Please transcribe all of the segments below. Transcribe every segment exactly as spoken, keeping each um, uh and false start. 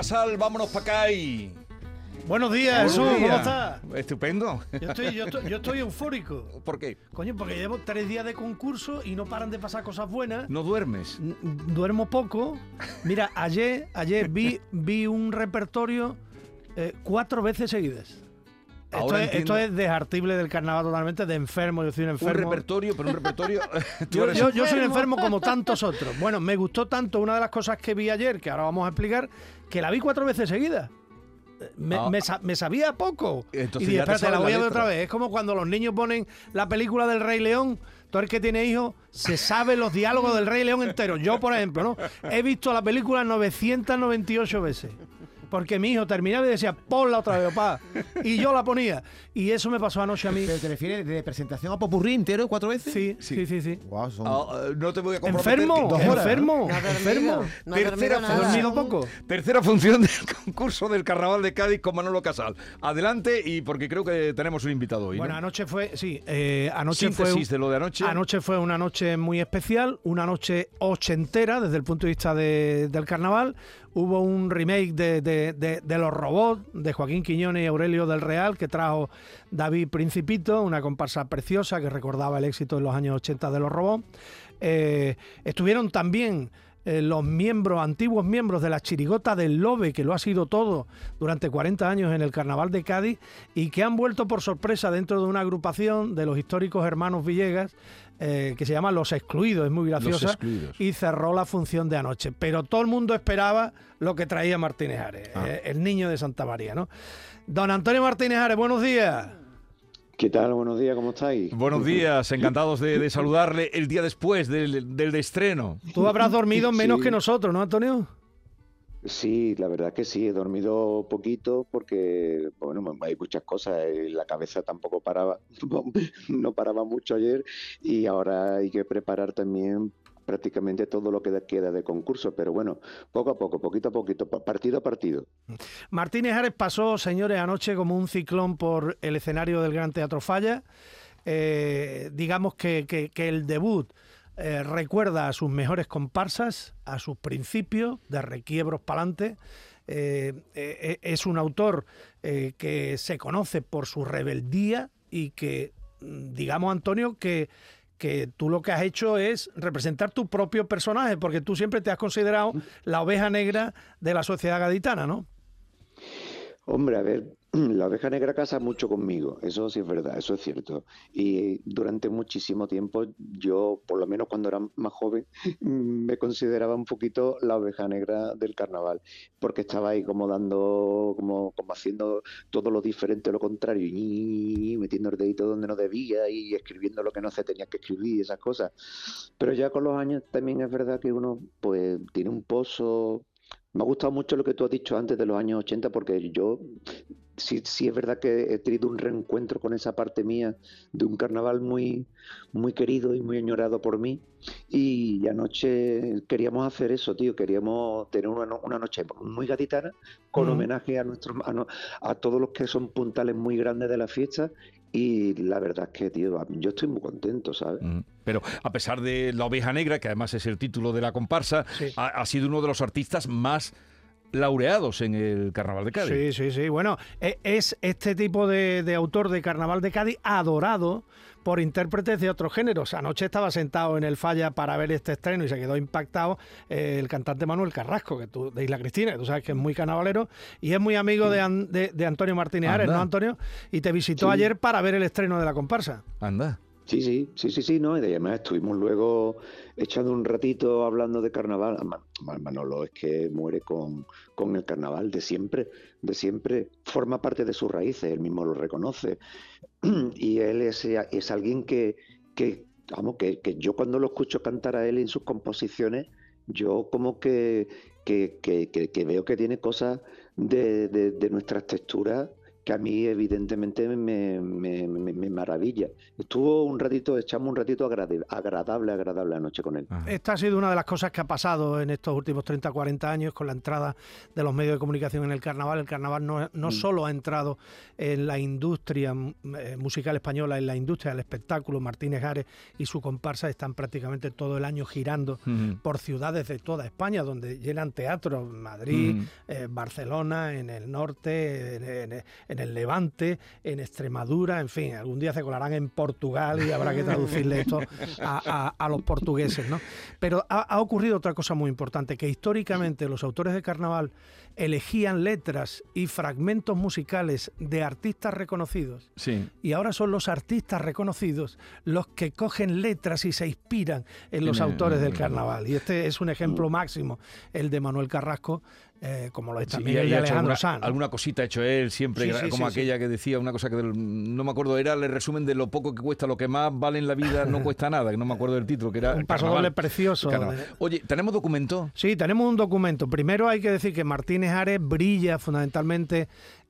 Casal, vámonos para acá y... Buenos días, Jesús, ¿cómo estás? Estupendo. Yo estoy, yo, estoy, yo estoy eufórico. ¿Por qué? Coño, porque llevo tres días de concurso y no paran de pasar cosas buenas. ¿No duermes? N- Duermo poco. Mira, ayer, ayer vi, vi un repertorio eh, cuatro veces seguidas. Esto Ahora es, esto es desartible del carnaval totalmente, de enfermo, yo soy un enfermo. Un repertorio, pero un repertorio... tú Yo, eres yo, yo soy un enfermo como tantos otros. Bueno, me gustó tanto una de las cosas que vi ayer, que ahora vamos a explicar, que la vi cuatro veces seguidas. Me, Ah. me, sa- me sabía poco. Entonces y dije, ya te espérate, la sabes voy la a ver letra. otra vez. Es como cuando los niños ponen la película del Rey León. Todo el que tiene hijos se sabe los diálogos del Rey León enteros. Yo, por ejemplo, ¿no? He visto la película novecientas noventa y ocho veces. Porque mi hijo terminaba y decía, ponla otra vez, papá. Y yo la ponía. Y eso me pasó anoche a mí. ¿Pero te refieres de presentación a popurrí entero cuatro veces? Sí, sí, sí, sí. Guau, son... Ah, no te voy a comprometer Enfermo, que- dos horas, enfermo, No ha dormido, enfermo. no ha Tercera dormido ¿Has nada. dormido poco? Tercera función del concurso del Carnaval de Cádiz con Manolo Casal. Adelante, y porque creo que tenemos un invitado hoy, ¿no? Bueno, anoche fue, sí, eh, anoche fue, Síntesis un- de lo de anoche. anoche fue una noche muy especial, una noche ochentera desde el punto de vista de- del carnaval. Hubo un remake de, de- de- de Los Robots, de Joaquín Quiñones y Aurelio del Real, que trajo David Principito, una comparsa preciosa que recordaba el éxito de los años ochenta de Los Robots. Eh, estuvieron también eh, los miembros, antiguos miembros de la Chirigota del Lobe, que lo ha sido todo durante cuarenta años en el Carnaval de Cádiz, y que han vuelto por sorpresa dentro de una agrupación de los históricos hermanos Villegas, eh, que se llama Los Excluidos, es muy graciosa, Excluidos. y cerró la función de anoche. Pero todo el mundo esperaba lo que traía Martínez Ares, Ah. eh, el niño de Santa María, ¿no? Don Antonio Martínez Ares, buenos días. ¿Qué tal? Buenos días, ¿cómo estáis? Buenos días, encantados de, de saludarle el día después del, del de estreno. Tú habrás dormido menos Sí. que nosotros, ¿no, Antonio? Sí, la verdad que sí, he dormido poquito porque, bueno, hay muchas cosas, y la cabeza tampoco paraba, no paraba mucho ayer, y ahora hay que preparar también prácticamente todo lo que queda de concurso, pero bueno, poco a poco, poquito a poquito, partido a partido. Martínez Ares pasó, señores, anoche como un ciclón por el escenario del Gran Teatro Falla. Eh, digamos que, que- que el debut eh, recuerda a sus mejores comparsas, a sus principios de requiebros pa'lante. Eh, eh, es un autor eh, que se conoce por su rebeldía y que, mm, digamos, Antonio, que que tú lo que has hecho es representar tu propio personaje, porque tú siempre te has considerado la oveja negra de la sociedad gaditana, ¿no? Hombre, a ver, la oveja negra casa mucho conmigo, eso sí es verdad, eso es cierto. Y durante muchísimo tiempo, yo, por lo menos cuando era más joven, me consideraba un poquito la oveja negra del carnaval, porque estaba ahí como dando, como, como haciendo todo lo diferente, lo contrario, y metiendo el dedito donde no debía y escribiendo lo que no se tenía que escribir y esas cosas. Pero ya con los años también es verdad que uno pues tiene un pozo. Me ha gustado mucho lo que tú has dicho antes de los años ochenta, porque yo sí, sí es verdad que he tenido un reencuentro con esa parte mía de un carnaval muy, muy querido y muy añorado por mí. Y anoche queríamos hacer eso, tío. Queríamos tener una, no- una noche muy gaditana con Ujú. homenaje a nuestros a, no- a todos los que son puntales muy grandes de la fiesta. Y la verdad es que, tío, a mí- yo estoy muy contento, ¿sabes? Mm. Pero a pesar de La Oveja Negra, que además es el título de la comparsa, Sí. ha, ha sido uno de los artistas más laureados en el Carnaval de Cádiz. Sí, sí, sí. Bueno, e- es este tipo de, de autor de Carnaval de Cádiz adorado por intérpretes de otros géneros. Anoche estaba sentado en el Falla para ver este estreno y se quedó impactado eh, el cantante Manuel Carrasco, que tú, de Isla Cristina, que tú sabes que es muy carnavalero y es muy amigo de, An- de, de Antonio Martínez Ares, Anda. ¿no, Antonio? Y te visitó Sí. ayer para ver el estreno de la comparsa. Anda. Sí, sí, sí, sí, sí, ¿no? Y además estuvimos luego echando un ratito hablando de carnaval. Ma- Ma- Manolo es que muere con, con el carnaval de siempre, de siempre. Forma parte de sus raíces, él mismo lo reconoce. Y él es, es alguien que, que vamos, que, que yo cuando lo escucho cantar a él en sus composiciones, yo como que, que, que, que- que veo que tiene cosas de, de, de nuestras texturas que a mí evidentemente me, me, me, me maravilla. Estuvo un ratito, echamos un ratito agrade- agradable, agradable anoche con él. Ajá. Esta ha sido una de las cosas que ha pasado en estos últimos treinta, cuarenta años con la entrada de los medios de comunicación en el carnaval. El carnaval no, no Mm. solo ha entrado en la industria eh, musical española, en la industria del espectáculo. Martínez Ares y su comparsa están prácticamente todo el año girando Ujú. por ciudades de toda España, donde llenan teatros, Madrid, Ujú. eh, Barcelona, en el norte, en, en- en el Levante, en Extremadura, en fin, algún día se colarán en Portugal y habrá que traducirle esto a, a- a los portugueses, ¿no? Pero ha, ha ocurrido otra cosa muy importante, que históricamente los autores de carnaval elegían letras y fragmentos musicales de artistas reconocidos, Sí. y ahora son los artistas reconocidos los que cogen letras y se inspiran en los En el- autores del carnaval. Y este es un ejemplo máximo, el de Manuel Carrasco, eh, como lo es Sí, también y el y de ha hecho Alejandro alguna, Sanz, ¿no? alguna cosita ha hecho él siempre, Sí, sí, como sí, aquella que decía, una cosa que del- no me acuerdo, era el resumen de lo poco que cuesta, lo que más vale en la vida no cuesta nada, que no me acuerdo del título, que era Un paso Carnaval. doble precioso. Carnaval. de- Oye, ¿tenemos documento? Sí, tenemos un documento. Primero hay que decir que Martínez Ares brilla fundamentalmente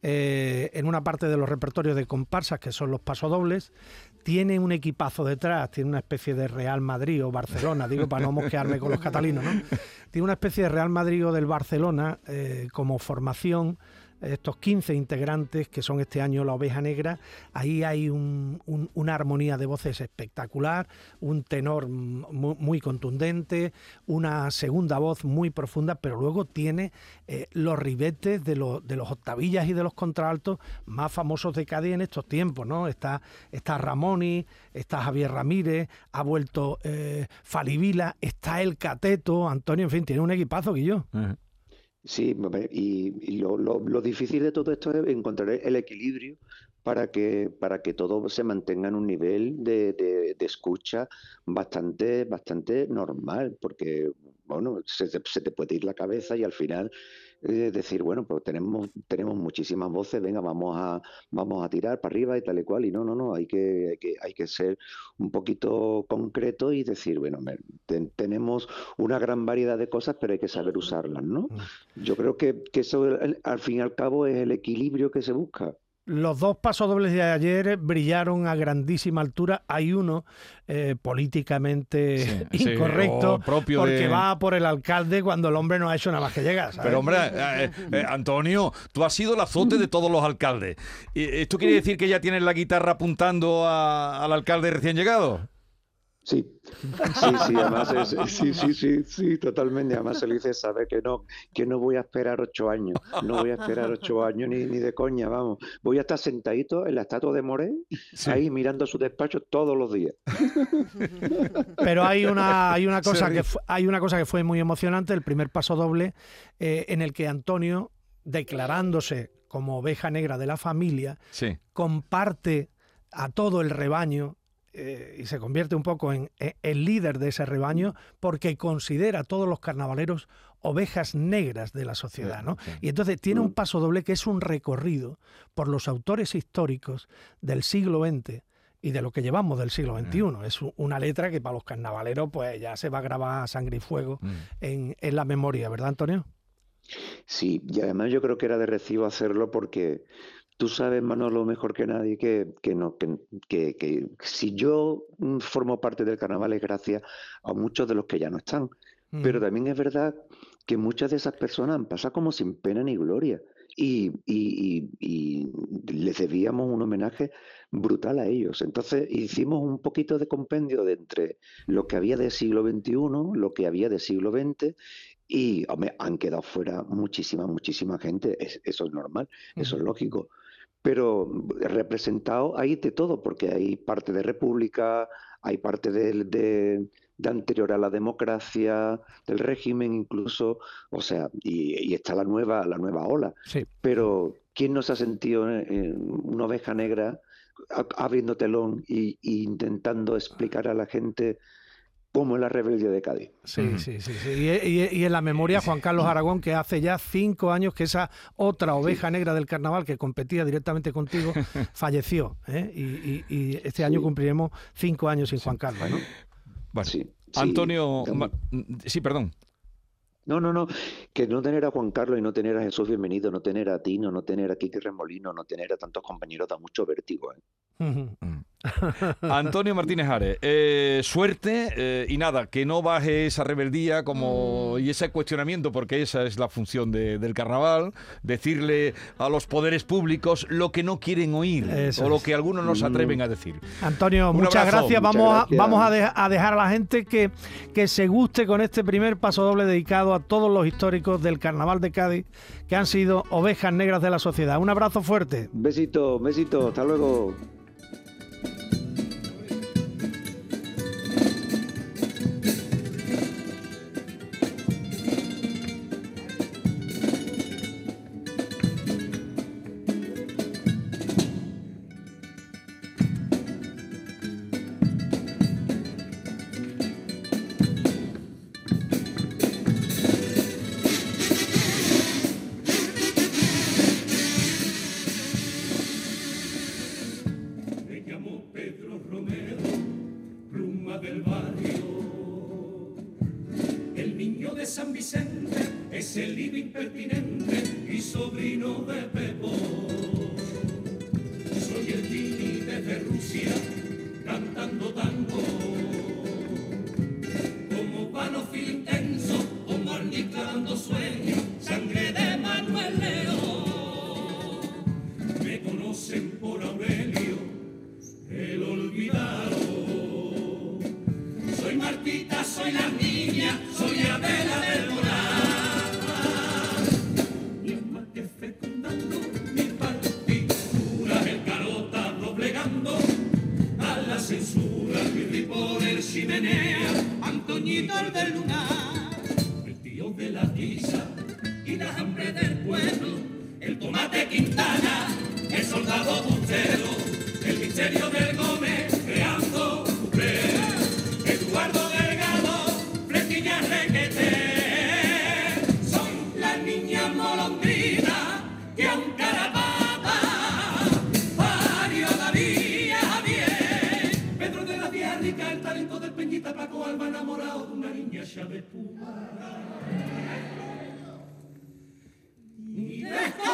eh, en una parte de los repertorios de comparsas, que son los pasodobles. Tiene un equipazo detrás, tiene una especie de Real Madrid o Barcelona, digo para no mosquearme con los catalinos, ¿no? Tiene una especie de Real Madrid o del Barcelona eh, como formación. Estos quince integrantes que son este año la Oveja Negra, ahí hay un, un, una armonía de voces espectacular, un tenor muy, muy contundente, una segunda voz muy profunda, pero luego tiene eh, los ribetes de, lo, de los octavillas y de los contraltos más famosos de Cádiz en estos tiempos, ¿no? Está, está Ramoni, está Javier Ramírez, ha vuelto eh, Falivila, está el Cateto, Antonio, en fin, tiene un equipazo, Guillo. Ajá. Sí, hombre, y, y lo, lo- lo difícil de todo esto es encontrar el equilibrio para que, para que todo se mantenga en un nivel de, de- de escucha bastante, bastante normal, porque bueno, se, te se te puede ir la cabeza y al final eh, decir, bueno, pues tenemos, tenemos muchísimas voces, venga, vamos a, vamos a tirar para arriba y tal y cual, y no, no, no, hay que, hay que, hay que ser un poquito concreto y decir, bueno, me- ten- tenemos una gran variedad de cosas, pero hay que saber usarlas, ¿no? Yo creo que, que eso al al fin y al cabo es el equilibrio que se busca. Los dos pasodobles de ayer brillaron a grandísima altura. Hay uno eh, políticamente Sí, sí, incorrecto o propio porque de- va por el alcalde cuando el hombre no ha hecho nada más que llegar, ¿sabes? Pero hombre, eh, eh, Antonio, tú has sido el azote de todos los alcaldes. ¿Y ¿Esto quiere decir que ya tienes la guitarra apuntando a- al alcalde recién llegado? Sí, sí, sí, además es, sí, sí, sí, sí, totalmente. Además se le dice, sabe que no, que no voy a esperar ocho años, no voy a esperar ocho años ni, ni de coña, vamos. Voy a estar sentadito en la estatua de Moré, Sí. ahí mirando su despacho todos los días. Pero hay una, hay una Se cosa ríe. que fu- hay una cosa que fue muy emocionante, el primer pasodoble eh, en el que Antonio, declarándose como oveja negra de la familia, Sí. comparte a todo el rebaño eh, y se convierte un poco en en el líder de ese rebaño porque considera a todos los carnavaleros ovejas negras de la sociedad, ¿no? Sí. Y entonces tiene un paso doble que es un recorrido por los autores históricos del siglo veinte y de lo que llevamos del siglo veintiuno. Es u- una letra que para los carnavaleros pues ya se va a grabar a sangre y fuego Mm. en, en la memoria, ¿verdad, Antonio? Sí, y además yo creo que era de recibo hacerlo porque tú sabes, Manolo, mejor que nadie que, que, no, que, que, que si yo mm, formo parte del carnaval es gracias a muchos de los que ya no están. Pero Mm. también es verdad que muchas de esas personas han pasado como sin pena ni gloria. Y, y- y- y les debíamos un homenaje brutal a ellos. Entonces hicimos un poquito de compendio de entre lo que había de siglo veintiuno, lo que había de siglo veinte, y hombre, han quedado fuera muchísima, muchísima gente. Es- eso es normal, eso es Ujú. lógico. Pero representado hay de todo, porque hay parte de república, hay parte del- de, de anterior a la democracia, del régimen incluso, o sea, y, y está la nueva, la nueva ola. Sí. Pero ¿quién no se ha sentido eh, eh, una oveja negra a- abriendo telón y, y intentando explicar a la gente cómo es la rebeldía de Cádiz? Sí, Ujú. sí, sí, sí. Y, y- y en la memoria Juan Carlos Aragón, que hace ya cinco años que esa otra oveja negra del carnaval que competía directamente contigo falleció, ¿eh? y, y- y este año Sí. cumpliremos cinco años sin Juan Carlos, ¿no? Bueno, Sí, sí, Antonio, da Ma- mu- sí, perdón. No, no, no, que no tener a Juan Carlos y no tener a Jesús Bienvenido, no tener a Tino, no tener a Quique Remolino, no tener a tantos compañeros da mucho vértigo, ¿eh? Antonio Martínez Ares, eh, suerte eh, y nada, que no baje esa rebeldía como y ese cuestionamiento, porque esa es la función de, del carnaval, decirle a los poderes públicos lo que no quieren oír Eso o lo es. que algunos no se atreven a decir. Antonio, Un muchas abrazo. gracias. Muchas Vamos, gracias. A, vamos a, de- a dejar a la gente que, que se guste con este primer paso doble dedicado a todos los históricos del Carnaval de Cádiz que han sido ovejas negras de la sociedad. Un abrazo fuerte. Besito, besito, hasta luego. Me llamo Pedro Romero, pluma del barrio. El niño de San Vicente es el libre impertinente y sobrino de Pepo. Soy el Tini desde Rusia, cantando tango. Como panófilo intenso, como arnica dando sueño, sangre de Manuel León. Me conocen por Aurelio, el olvidado. Soy Martita, soy la niña, soy Adela del Moral. Y es más que fecundando mi partitura, el carota doblegando a la censura, mi por el chimenea, Antoñito el del lunar, el tío de la guisa y la hambre del pueblo, el tomate Quintana, el soldado Bustero, el misterio del Gómez creando cuplé, Eduardo Delgado, flequilla requete, son la niña molondrina que a un carapata parió David Javier, Pedro de la Vía Rica, el talento del Peñita, Paco Alba enamorado de una niña Chávez Puma. Y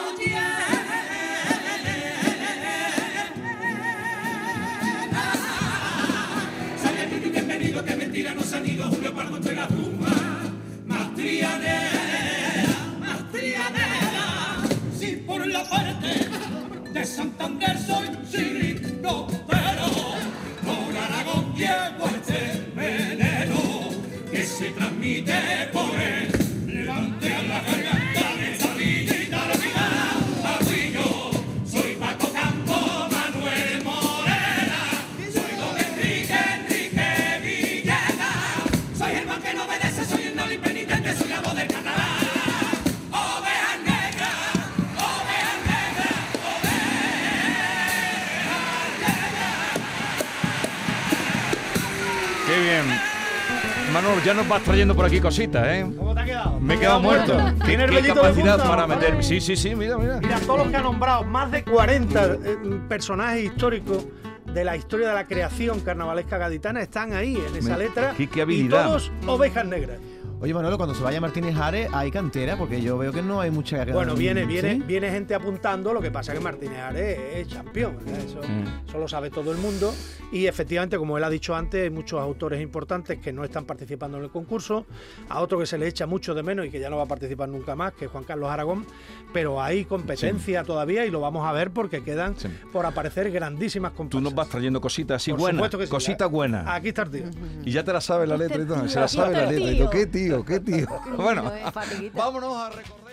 sale el niño bienvenido, que mentira nos han ido, Julio Pardo entre la pluma, más trianera, más trianera, si por la parte de Santander soy chirino, pero por Aragón llevo este veneno que se transmite por el levante a la garganta de esa villita la vida, abrigo, soy Paco Campo, Manuel Morena, soy Don Enrique, Enrique Villegas, soy el man que no obedece, soy el noble impenitente, soy la voz del carnaval, ovejas negras, ovejas negras, ovejas negras. Qué bien. Manolo, ya nos vas trayendo por aquí cositas, ¿eh? ¿Cómo te ha quedado? Me he quedado muerto. ¿Qué, ¿Tiene el qué vellito de capacidad punta? para meter? Sí, sí, sí, mira, mira. Mira, todos los que ha nombrado, más de cuarenta eh, personajes históricos de la historia de la creación carnavalesca gaditana están ahí en esa Me- letra. qué- qué habilidad. Y todos ovejas negras. Oye, Manolo, cuando se vaya Martínez Ares, hay cantera, porque yo veo que no hay mucha... Bueno, viene, ¿Sí? viene, viene gente apuntando, lo que pasa es que Martínez Ares es campeón, ¿verdad? Eso, Mm. eso lo sabe todo el mundo. Y efectivamente, como él ha dicho antes, hay muchos autores importantes que no están participando en el concurso, a otro que se le echa mucho de menos y que ya no va a participar nunca más, que es Juan Carlos Aragón, pero hay competencia todavía y lo vamos a ver porque quedan Sí. por aparecer grandísimas comparsas. Tú nos vas trayendo cositas así Por buenas, supuesto que sí. cositas buenas. Aquí está el tío. Y ya te la sabes la letra y todo. Se la Aquí sabe está la el letra y tío. todo. ¿Qué tío? ¿Qué tío? Bueno, No es fatiguita. vámonos a recorrer.